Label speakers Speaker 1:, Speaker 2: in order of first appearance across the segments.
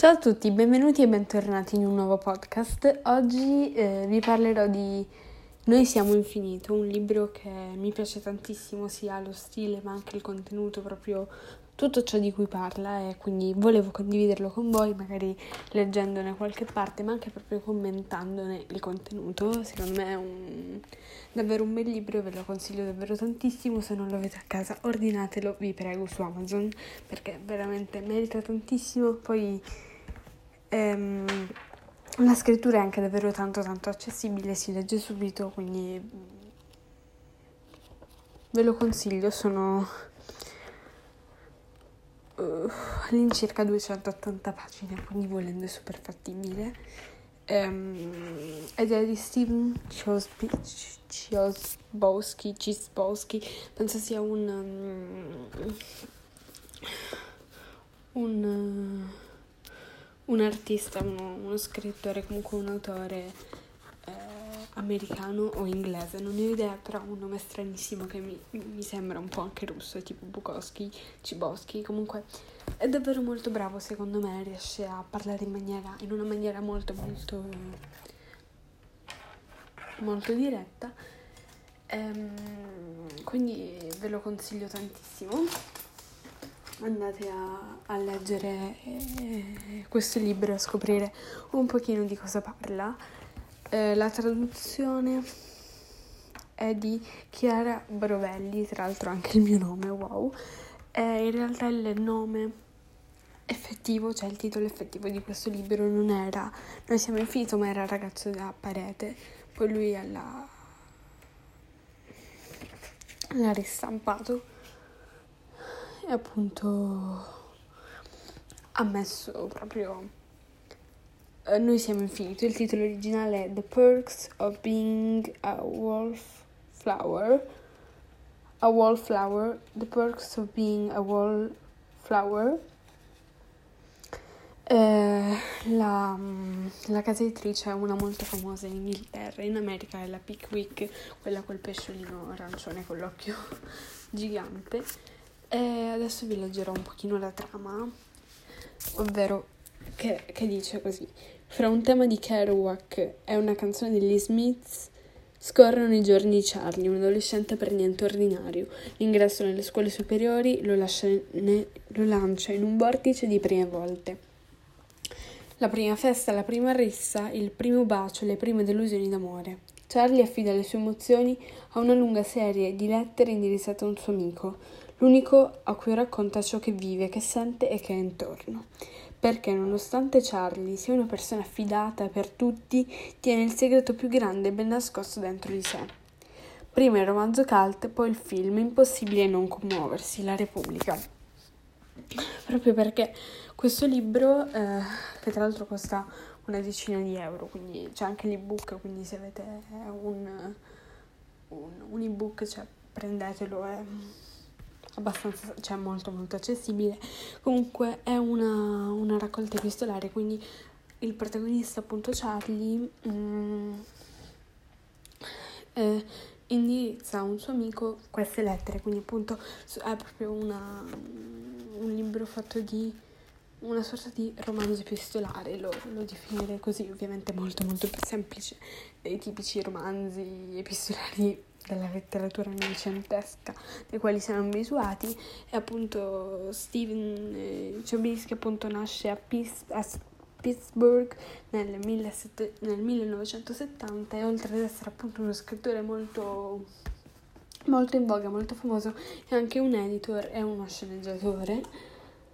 Speaker 1: Ciao a tutti, benvenuti e bentornati in un nuovo podcast. Oggi vi parlerò di Noi siamo infinito, un libro che mi piace tantissimo, sia lo stile ma anche il contenuto, proprio tutto ciò di cui parla, e quindi volevo condividerlo con voi, magari leggendone qualche parte ma anche proprio commentandone il contenuto. Secondo me è davvero un bel libro e ve lo consiglio davvero tantissimo. Se non lo avete a casa ordinatelo, vi prego, su Amazon, perché veramente merita tantissimo. Poi la scrittura è anche davvero tanto accessibile, si legge subito, quindi ve lo consiglio. Sono all'incirca 280 pagine, quindi volendo è super fattibile, ed è di Steven Chbosky, penso sia un artista, uno scrittore, comunque un autore americano o inglese, non ne ho idea, però ha un nome stranissimo che mi sembra un po' anche russo, tipo Chbosky. Comunque è davvero molto bravo, secondo me, riesce a parlare in una maniera molto diretta, quindi ve lo consiglio tantissimo. Andate a leggere questo libro e a scoprire un pochino di cosa parla. La traduzione è di Chiara Brovelli, tra l'altro anche il mio nome, wow. In realtà il nome effettivo, cioè il titolo effettivo di questo libro non era Noi siamo infinito, ma era Ragazzo da parete. Poi lui l'ha ristampato e appunto ha messo proprio Noi siamo infinito. Il titolo originale è The Perks of Being a Wallflower. The Perks of Being a Wallflower. La casa editrice è una molto famosa in Inghilterra. In America è la Pickwick, quella col pesciolino arancione con l'occhio gigante. E adesso vi leggerò un pochino la trama, ovvero che dice così: fra un tema di Kerouac e una canzone degli Smiths scorrono i giorni di Charlie, un adolescente per niente ordinario. L'ingresso nelle scuole superiori lo lancia in un vortice di prime volte. La prima festa, la prima rissa, il primo bacio, le prime delusioni d'amore. Charlie affida le sue emozioni a una lunga serie di lettere indirizzate a un suo amico, l'unico a cui racconta ciò che vive, che sente e che è intorno. Perché nonostante Charlie sia una persona affidata per tutti, tiene il segreto più grande ben nascosto dentro di sé. Prima il romanzo cult, poi il film Impossibile non commuoversi, La Repubblica. Proprio perché questo libro, che tra l'altro costa una decina di euro, quindi c'è anche l'ebook, quindi se avete un ebook, cioè, prendetelo, è abbastanza, cioè molto accessibile. Comunque è una raccolta epistolare, quindi il protagonista, appunto Charlie, indirizza a un suo amico queste lettere, quindi appunto è proprio un libro fatto di una sorta di romanzo epistolare, lo definirei così, ovviamente molto più semplice dei tipici romanzi epistolari della letteratura novecentesca dei quali siamo abituati. E appunto Steven Chbosky appunto nasce a Pittsburgh nel 1970, e oltre ad essere appunto uno scrittore molto in voga, molto famoso, è anche un editor e uno sceneggiatore.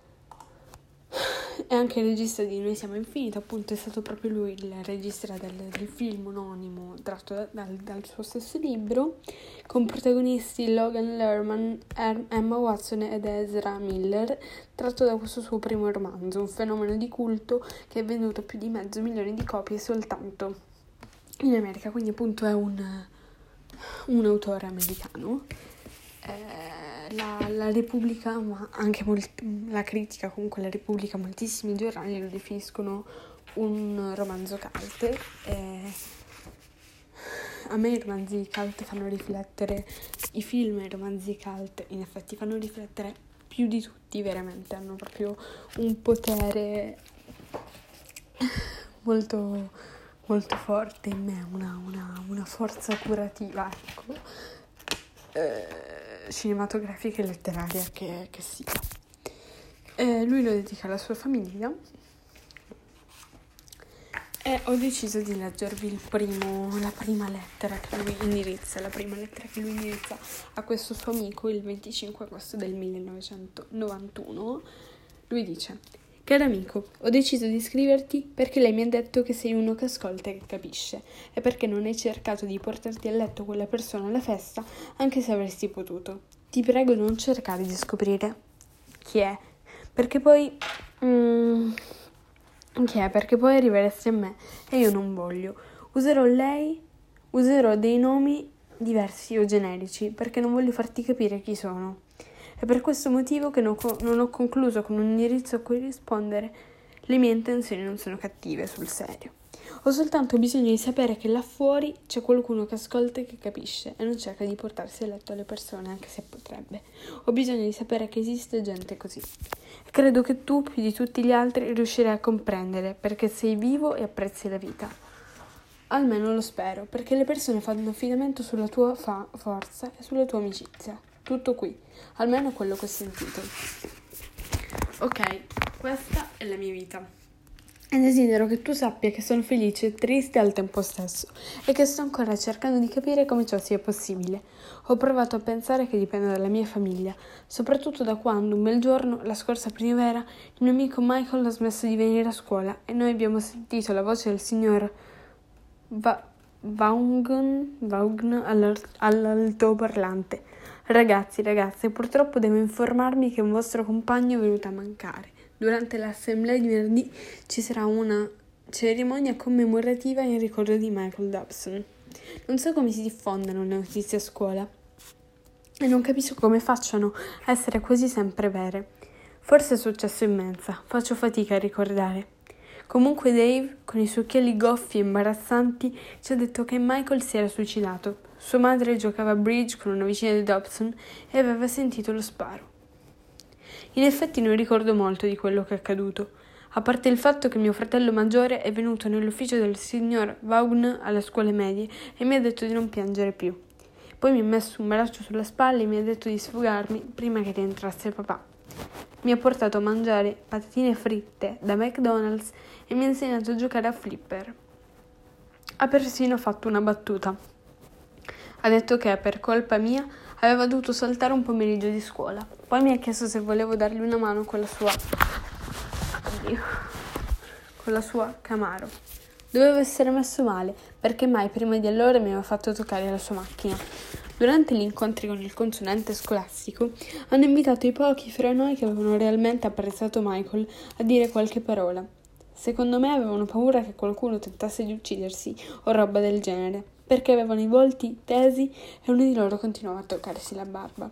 Speaker 1: È anche il regista di Noi siamo infinito, appunto è stato proprio lui il regista del film omonimo tratto dal suo stesso libro, con protagonisti Logan Lerman, Emma Watson ed Ezra Miller, tratto da questo suo primo romanzo, un fenomeno di culto che è venduto più di 500.000 di copie soltanto in America, quindi appunto è un autore americano. La Repubblica, ma anche la critica, comunque la Repubblica, moltissimi giornali lo definiscono un romanzo cult. A me i romanzi cult fanno riflettere, i film e i romanzi cult in effetti fanno riflettere più di tutti, veramente hanno proprio un potere molto, molto forte in me, una forza curativa, ecco, cinematografica e letteraria che sia. Lui lo dedica alla sua famiglia e ho deciso di leggervi la prima lettera che lui indirizza a questo suo amico il 25 agosto del 1991. Lui dice: caro amico, ho deciso di scriverti perché lei mi ha detto che sei uno che ascolta e che capisce, e perché non hai cercato di portarti a letto quella persona alla festa, anche se avresti potuto. Ti prego non cercare di scoprire chi è, perché poi arriveresti a me e io non voglio. Userò dei nomi diversi o generici perché non voglio farti capire chi sono. È per questo motivo che non ho concluso con un indirizzo a cui rispondere. Le mie intenzioni non sono cattive, sul serio. Ho soltanto bisogno di sapere che là fuori c'è qualcuno che ascolta e che capisce e non cerca di portarsi a letto alle persone, anche se potrebbe. Ho bisogno di sapere che esiste gente così. E credo che tu, più di tutti gli altri, riuscirai a comprendere perché sei vivo e apprezzi la vita. Almeno lo spero, perché le persone fanno affidamento sulla tua forza e sulla tua amicizia. Tutto qui, almeno quello che ho sentito. Ok, questa è la mia vita. E desidero che tu sappia che sono felice e triste al tempo stesso e che sto ancora cercando di capire come ciò sia possibile. Ho provato a pensare che dipenda dalla mia famiglia, soprattutto da quando un bel giorno, la scorsa primavera, il mio amico Michael ha smesso di venire a scuola e noi abbiamo sentito la voce del signor Vaughan all'altoparlante. Ragazzi, purtroppo devo informarmi che un vostro compagno è venuto a mancare. Durante l'assemblea di venerdì ci sarà una cerimonia commemorativa in ricordo di Michael Dobson. Non so come si diffondano le notizie a scuola e non capisco come facciano a essere così sempre vere. Forse è successo in mensa, faccio fatica a ricordare. Comunque Dave, con i suoi occhiali goffi e imbarazzanti, ci ha detto che Michael si era suicidato. Sua madre giocava a bridge con una vicina di Dobson e aveva sentito lo sparo. In effetti non ricordo molto di quello che è accaduto, a parte il fatto che mio fratello maggiore è venuto nell'ufficio del signor Vaughan alle scuole medie e mi ha detto di non piangere più. Poi mi ha messo un braccio sulla spalla e mi ha detto di sfogarmi prima che rientrasse papà. Mi ha portato a mangiare patatine fritte da McDonald's e mi ha insegnato a giocare a flipper. Ha persino fatto una battuta. Ha detto che per colpa mia aveva dovuto saltare un pomeriggio di scuola. Poi mi ha chiesto se volevo dargli una mano con la sua Camaro. Dovevo essere messo male, perché mai prima di allora mi aveva fatto toccare la sua macchina. Durante gli incontri con il consulente scolastico hanno invitato i pochi fra noi che avevano realmente apprezzato Michael a dire qualche parola. Secondo me avevano paura che qualcuno tentasse di uccidersi o roba del genere, perché avevano i volti tesi e uno di loro continuava a toccarsi la barba.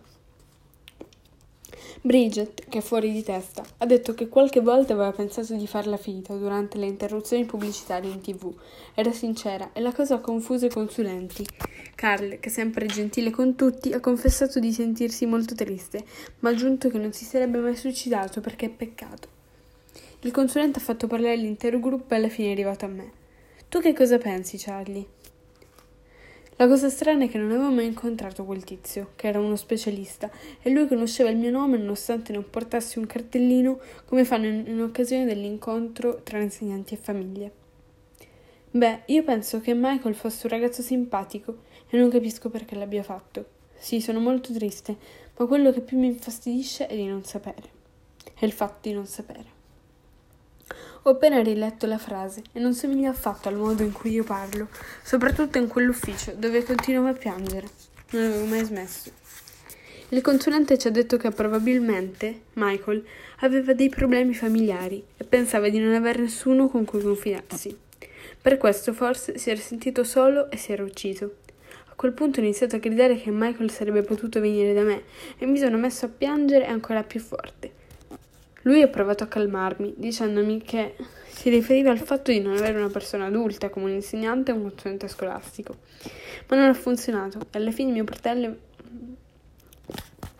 Speaker 1: Bridget, che è fuori di testa, ha detto che qualche volta aveva pensato di farla finita durante le interruzioni pubblicitarie in TV. Era sincera e la cosa ha confuso i consulenti. Carl, che è sempre gentile con tutti, ha confessato di sentirsi molto triste, ma ha aggiunto che non si sarebbe mai suicidato perché è peccato. Il consulente ha fatto parlare l'intero gruppo e alla fine è arrivato a me. Tu che cosa pensi, Charlie? La cosa strana è che non avevo mai incontrato quel tizio, che era uno specialista, e lui conosceva il mio nome nonostante non portassi un cartellino come fanno in occasione dell'incontro tra insegnanti e famiglie. Beh, io penso che Michael fosse un ragazzo simpatico e non capisco perché l'abbia fatto. Sì, sono molto triste, ma quello che più mi infastidisce è di non sapere. È il fatto di non sapere. Ho appena riletto la frase e non somiglia affatto al modo in cui io parlo, soprattutto in quell'ufficio dove continuavo a piangere. Non avevo mai smesso. Il consulente ci ha detto che probabilmente Michael aveva dei problemi familiari e pensava di non avere nessuno con cui confidarsi. Per questo forse si era sentito solo e si era ucciso. A quel punto ho iniziato a gridare che Michael sarebbe potuto venire da me e mi sono messo a piangere ancora più forte. Lui ha provato a calmarmi, dicendomi che si riferiva al fatto di non avere una persona adulta come un insegnante o un consulente scolastico. Ma non ha funzionato e alla fine mio fratello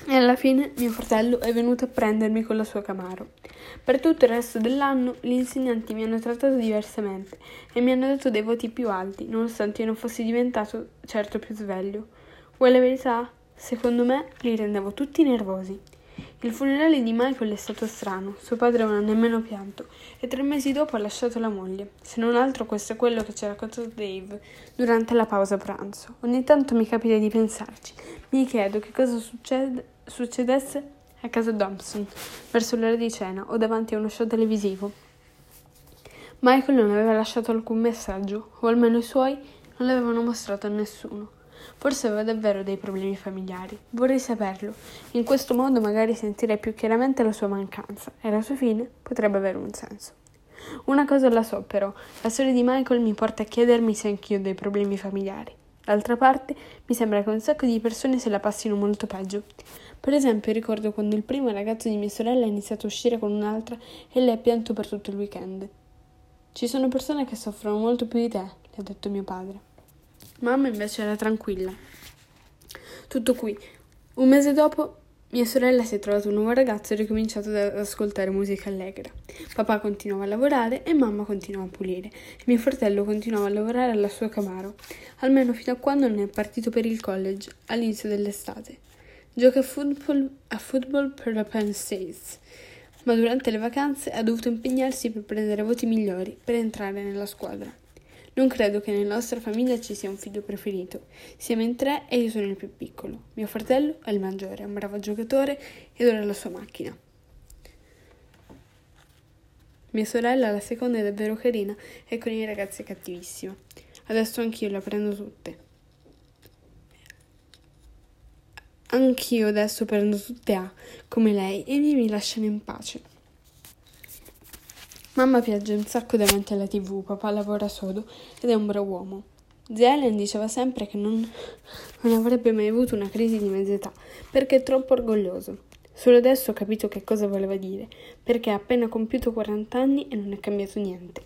Speaker 1: e alla fine mio fratello è venuto a prendermi con la sua Camaro. Per tutto il resto dell'anno gli insegnanti mi hanno trattato diversamente e mi hanno dato dei voti più alti, nonostante io non fossi diventato certo più sveglio. Vuoi la verità? Secondo me li rendevo tutti nervosi. Il funerale di Michael è stato strano, suo padre non ha nemmeno pianto e 3 mesi dopo ha lasciato la moglie. Se non altro questo è quello che ci ha raccontato Dave durante la pausa pranzo. Ogni tanto mi capita di pensarci. Mi chiedo che cosa succedesse a casa Thompson, verso l'ora di cena o davanti a uno show televisivo. Michael non aveva lasciato alcun messaggio, o almeno i suoi non l'avevano mostrato a nessuno. Forse aveva davvero dei problemi familiari. Vorrei saperlo. In questo modo magari sentirei più chiaramente la sua mancanza e la sua fine potrebbe avere un senso. Una cosa la so però, la storia di Michael mi porta a chiedermi se anch'io ho dei problemi familiari. D'altra parte, mi sembra che un sacco di persone se la passino molto peggio. Per esempio, ricordo quando il primo ragazzo di mia sorella ha iniziato a uscire con un'altra e lei ha pianto per tutto il weekend. Ci sono persone che soffrono molto più di te, le ha detto mio padre. Mamma invece era tranquilla. Tutto qui. Un mese dopo mia sorella si è trovata un nuovo ragazzo e ha ricominciato ad ascoltare musica allegra. Papà continuava a lavorare e mamma continuava a pulire. E mio fratello continuava a lavorare alla sua Camaro, almeno fino a quando non è partito per il college all'inizio dell'estate. Gioca a football per la Penn State, ma durante le vacanze ha dovuto impegnarsi per prendere voti migliori per entrare nella squadra. Non credo che nella nostra famiglia ci sia un figlio preferito. Siamo in 3 e io sono il più piccolo. Mio fratello è il maggiore, è un bravo giocatore ed ora ha la sua macchina. Mia sorella, la seconda, è davvero carina e con i ragazzi è cattivissima. Adesso anch'io la prendo tutte. Anch'io adesso prendo tutte A, come lei, e i miei mi lasciano in pace. Mamma piange un sacco davanti alla TV, papà lavora sodo ed è un bravo uomo. Zia Helen diceva sempre che non avrebbe mai avuto una crisi di mezz'età, perché è troppo orgoglioso. Solo adesso ho capito che cosa voleva dire, perché ha appena compiuto 40 anni e non è cambiato niente.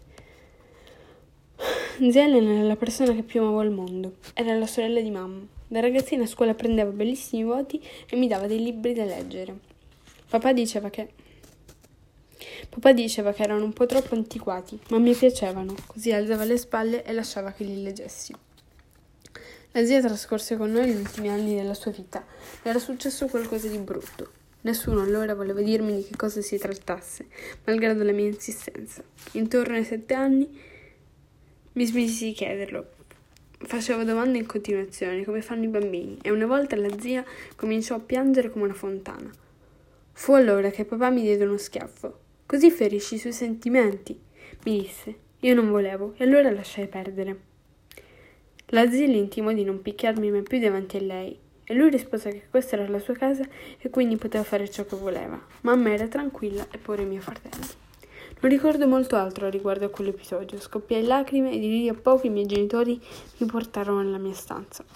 Speaker 1: Zia Helen era la persona che più amavo al mondo, era la sorella di mamma. Da ragazzina a scuola prendeva bellissimi voti e mi dava dei libri da leggere. Papà diceva che erano un po' troppo antiquati, ma mi piacevano, così alzava le spalle e lasciava che li leggessi. La zia trascorse con noi gli ultimi anni della sua vita. Le era successo qualcosa di brutto. Nessuno allora voleva dirmi di che cosa si trattasse, malgrado la mia insistenza. Intorno ai 7 anni mi smisi di chiederlo. Facevo domande in continuazione, come fanno i bambini, e una volta la zia cominciò a piangere come una fontana. Fu allora che papà mi diede uno schiaffo. Così ferisci i suoi sentimenti, mi disse. Io non volevo e allora lasciai perdere. La zia gli intimò di non picchiarmi mai più davanti a lei e lui rispose che questa era la sua casa e quindi poteva fare ciò che voleva. Mamma era tranquilla e pure mio fratello. Non ricordo molto altro riguardo a quell'episodio. Scoppiai in lacrime e di lì a poco i miei genitori mi portarono nella mia stanza.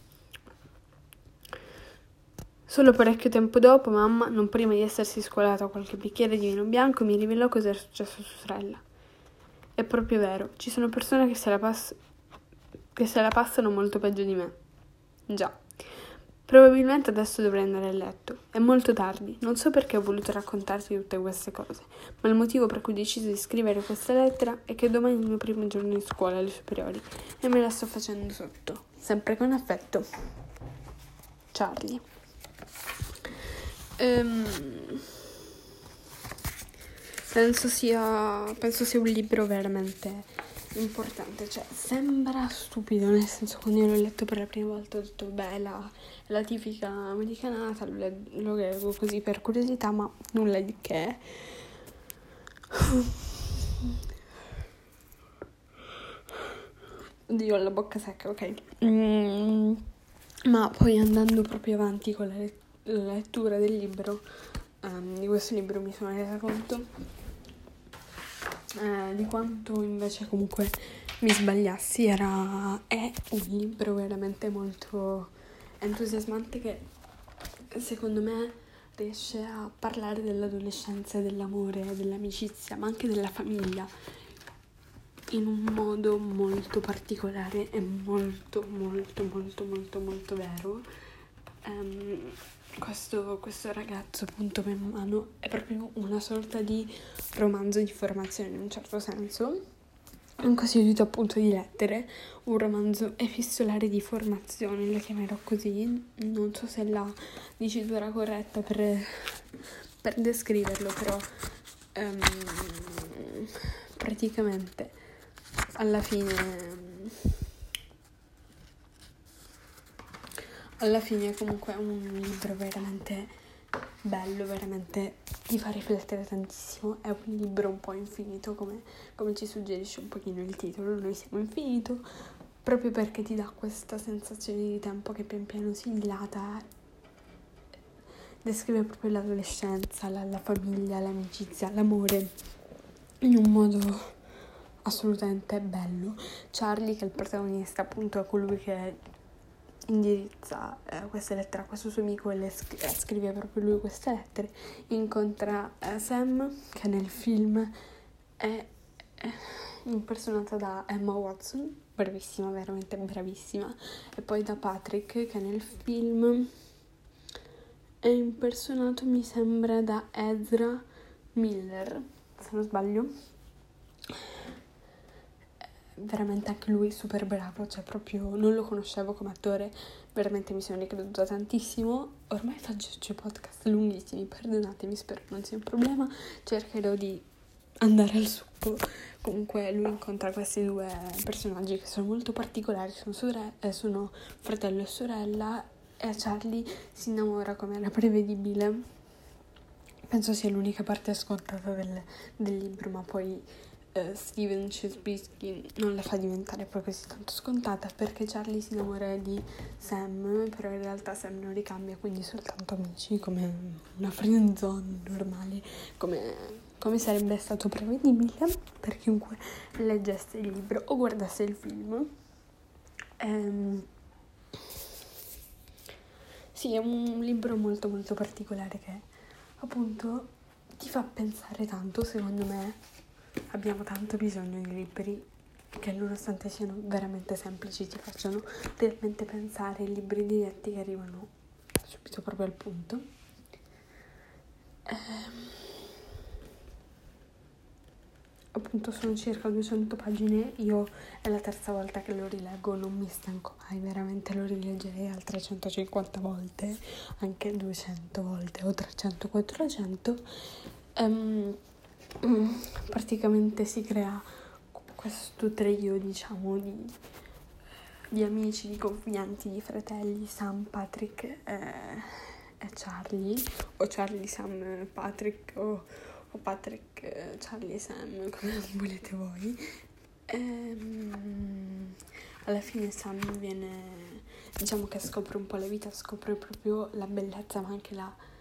Speaker 1: Solo parecchio tempo dopo, mamma, non prima di essersi scolata qualche bicchiere di vino bianco, mi rivelò cosa era successo a sua sorella. È proprio vero, ci sono persone che se la passano molto peggio di me. Già. Probabilmente adesso dovrei andare a letto. È molto tardi. Non so perché ho voluto raccontarti tutte queste cose, ma il motivo per cui ho deciso di scrivere questa lettera è che domani è il mio primo giorno di scuola alle superiori e me la sto facendo sotto. Sempre con affetto. Charlie. Penso sia un libro veramente importante, cioè sembra stupido, nel senso quando io l'ho letto per la prima volta ho detto beh, la tipica americanata, lo leggo così per curiosità, ma nulla di che. Oddio, ho la bocca secca, ok. Ma poi andando proprio avanti con la lettura del libro, di questo libro, mi sono resa conto di quanto invece comunque mi sbagliassi. È un libro veramente molto entusiasmante che secondo me riesce a parlare dell'adolescenza, dell'amore, dell'amicizia, ma anche della famiglia in un modo molto particolare e molto molto molto molto molto vero. questo ragazzo appunto man mano è proprio una sorta di romanzo di formazione in un certo senso, un costituito appunto di lettere, un romanzo epistolare di formazione, lo chiamerò così, non so se è la dicitura corretta per descriverlo, però praticamente alla fine comunque è un libro veramente bello, veramente ti fa riflettere tantissimo, è un libro un po' infinito come ci suggerisce un pochino il titolo, noi siamo infinito, proprio perché ti dà questa sensazione di tempo che pian piano si dilata, descrive proprio l'adolescenza, la famiglia, l'amicizia, l'amore in un modo assolutamente bello. Charlie, che è il protagonista, appunto è colui che indirizza queste lettere a questo suo amico e scrive proprio lui queste lettere, incontra Sam, che nel film è impersonata da Emma Watson, bravissima, veramente bravissima, e poi da Patrick, che nel film è impersonato, mi sembra, da Ezra Miller, se non sbaglio. Veramente anche lui super bravo, cioè proprio non lo conoscevo come attore, veramente mi sono ricreduta tantissimo. Ormai faccio podcast lunghissimi, perdonatemi, spero non sia un problema, cercherò di andare al succo. Comunque lui incontra questi due personaggi che sono molto particolari, sono fratello e sorella, e Charlie si innamora, come era prevedibile. Penso sia l'unica parte scontata del libro, ma poi Steven Chbosky non la fa diventare poi così tanto scontata, perché Charlie si innamora di Sam, però in realtà Sam non ricambia, quindi soltanto amici, come una friend zone normale, come sarebbe stato prevedibile per chiunque leggesse il libro o guardasse il film. Sì, è un libro molto molto particolare che appunto ti fa pensare tanto. Secondo me abbiamo tanto bisogno di libri che, nonostante siano veramente semplici, ti facciano realmente pensare, libri diretti che arrivano subito proprio al punto. Appunto sono circa 200 pagine, io è la terza volta che lo rileggo, non mi stanco mai, veramente lo rileggerei altre 150 volte, anche 200 volte o 300, 400. Praticamente si crea questo trio, diciamo, di amici, di confidenti, di fratelli, Sam, Patrick e Charlie, o Charlie, Sam, Patrick, o Patrick, Charlie, Sam, come volete voi. Alla fine Sam viene, diciamo che scopre un po' la vita, scopre proprio la bellezza, ma anche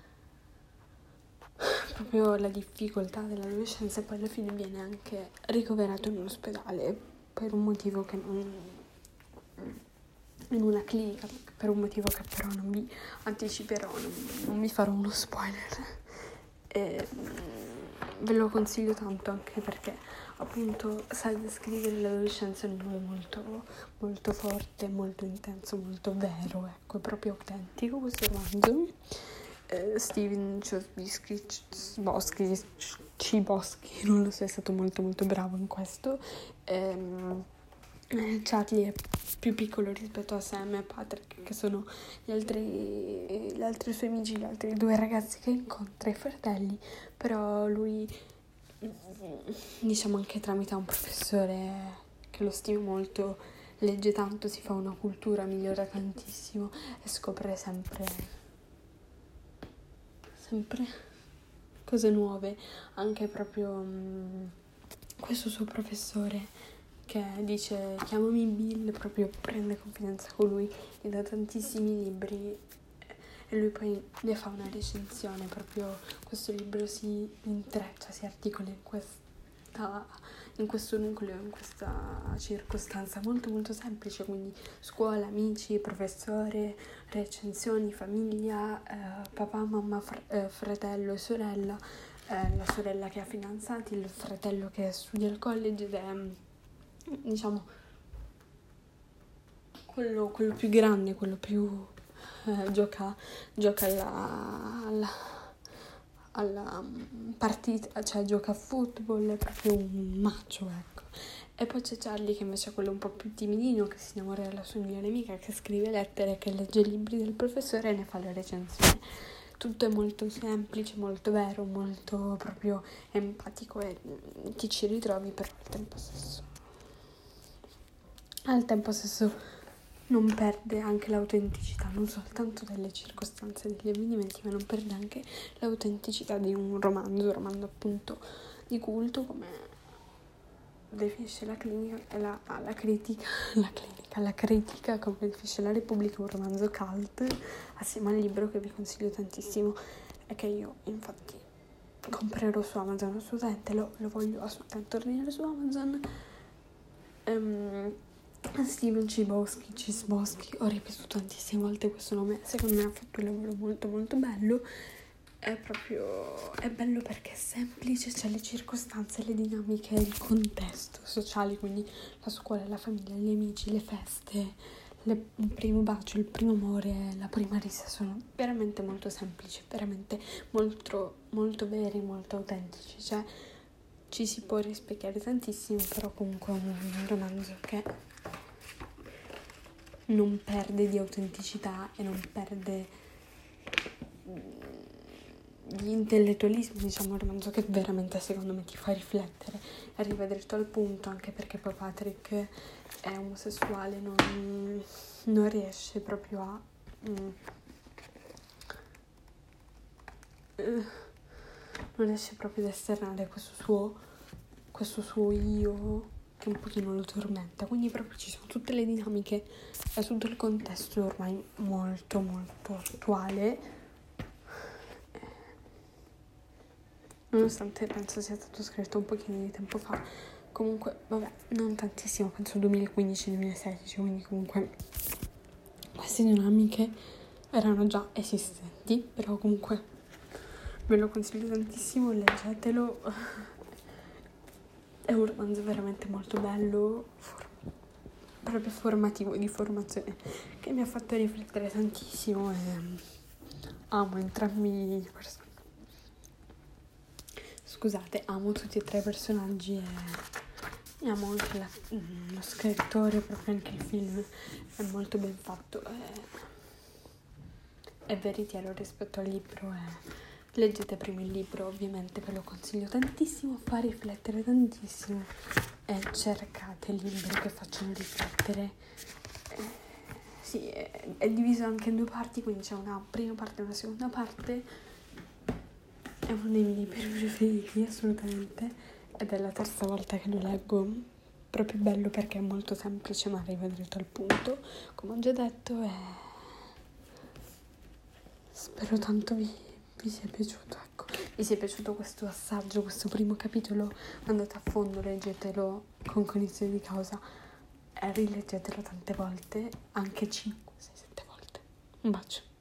Speaker 1: proprio la difficoltà dell'adolescenza, e poi alla fine viene anche ricoverato in un ospedale per un motivo che non, in una clinica, per un motivo che però non vi anticiperò, non vi farò uno spoiler. Ve lo consiglio tanto, anche perché appunto sa descrivere l'adolescenza in un modo molto, molto forte, molto intenso, molto vero, ecco, è proprio autentico questo romanzo. Steven Chbosky, non lo so, è stato molto molto bravo in questo. Charlie è più piccolo rispetto a Sam e Patrick, che sono gli altri suoi amici, gli altri due ragazzi che incontra, i fratelli, però lui, diciamo, anche tramite un professore che lo stima molto, legge tanto, si fa una cultura, migliora tantissimo e scopre sempre cose nuove. Anche proprio questo suo professore che dice chiamami Bill, proprio prende confidenza con lui, gli dà tantissimi libri e lui poi ne fa una recensione. Proprio questo libro si intreccia, si articola in questo nucleo, in questa circostanza molto molto semplice, quindi scuola, amici, professore, recensioni, famiglia, papà, mamma, fratello e sorella, la sorella che ha fidanzati, il fratello che studia al college, ed è, diciamo, quello più grande, quello più gioca alla partita, cioè gioca a football, è proprio un macio, ecco. E poi c'è Charlie che invece è quello un po' più timidino, che si innamora della sua migliore amica, che scrive lettere, che legge libri del professore e ne fa le recensioni. Tutto è molto semplice, molto vero, molto proprio empatico e ti ci ritrovi, però al tempo stesso non perde anche l'autenticità, non soltanto delle circostanze, degli avvenimenti, ma non perde anche l'autenticità di un romanzo appunto di culto, come definisce la critica, come definisce la Repubblica, un romanzo cult, assieme al libro che vi consiglio tantissimo e che io infatti comprerò su Amazon assolutamente, lo voglio assolutamente ordinare su Amazon. Steven Chbosky, ho ripetuto tantissime volte questo nome, secondo me ha fatto un lavoro molto molto bello. È bello perché è semplice, c'è le circostanze, le dinamiche, il contesto sociale, quindi la scuola, la famiglia, gli amici, le feste, il primo bacio, il primo amore, la prima risa, sono veramente molto semplici, veramente molto, molto veri, molto autentici, cioè ci si può rispecchiare tantissimo, però comunque è un romanzo che non perde di autenticità e non perde gli intellettualismi, diciamo, un romanzo che veramente secondo me ti fa riflettere, arriva dritto al punto, anche perché poi Patrick è omosessuale, non riesce proprio a non riesce proprio ad esternare questo suo io che un pochino lo tormenta, quindi proprio ci sono tutte le dinamiche e tutto il contesto ormai molto molto attuale, nonostante penso sia stato scritto un pochino di tempo fa. Comunque, vabbè, non tantissimo, penso 2015-2016, quindi comunque queste dinamiche erano già esistenti, però comunque ve lo consiglio tantissimo, leggetelo. È un romanzo veramente molto bello, proprio formativo, di formazione, che mi ha fatto riflettere tantissimo e amo entrambi i personaggi. Scusate, amo tutti e tre i personaggi e amo anche lo scrittore, proprio anche il film è molto ben fatto, è veritiero rispetto al libro. Leggete prima il libro, ovviamente ve lo consiglio tantissimo, fa riflettere tantissimo e cercate libri che facciano riflettere. Sì, è diviso anche in due parti, quindi c'è una prima parte e una seconda parte. È uno dei miei libri preferiti, assolutamente, ed è la terza volta che lo leggo. Proprio bello perché è molto semplice ma arriva dritto al punto, come ho già detto, e spero tanto vi sia piaciuto, ecco. Vi sia piaciuto questo assaggio, questo primo capitolo, andate a fondo, leggetelo con cognizione di causa e rileggetelo tante volte, anche 5, 6, 7 volte. Un bacio.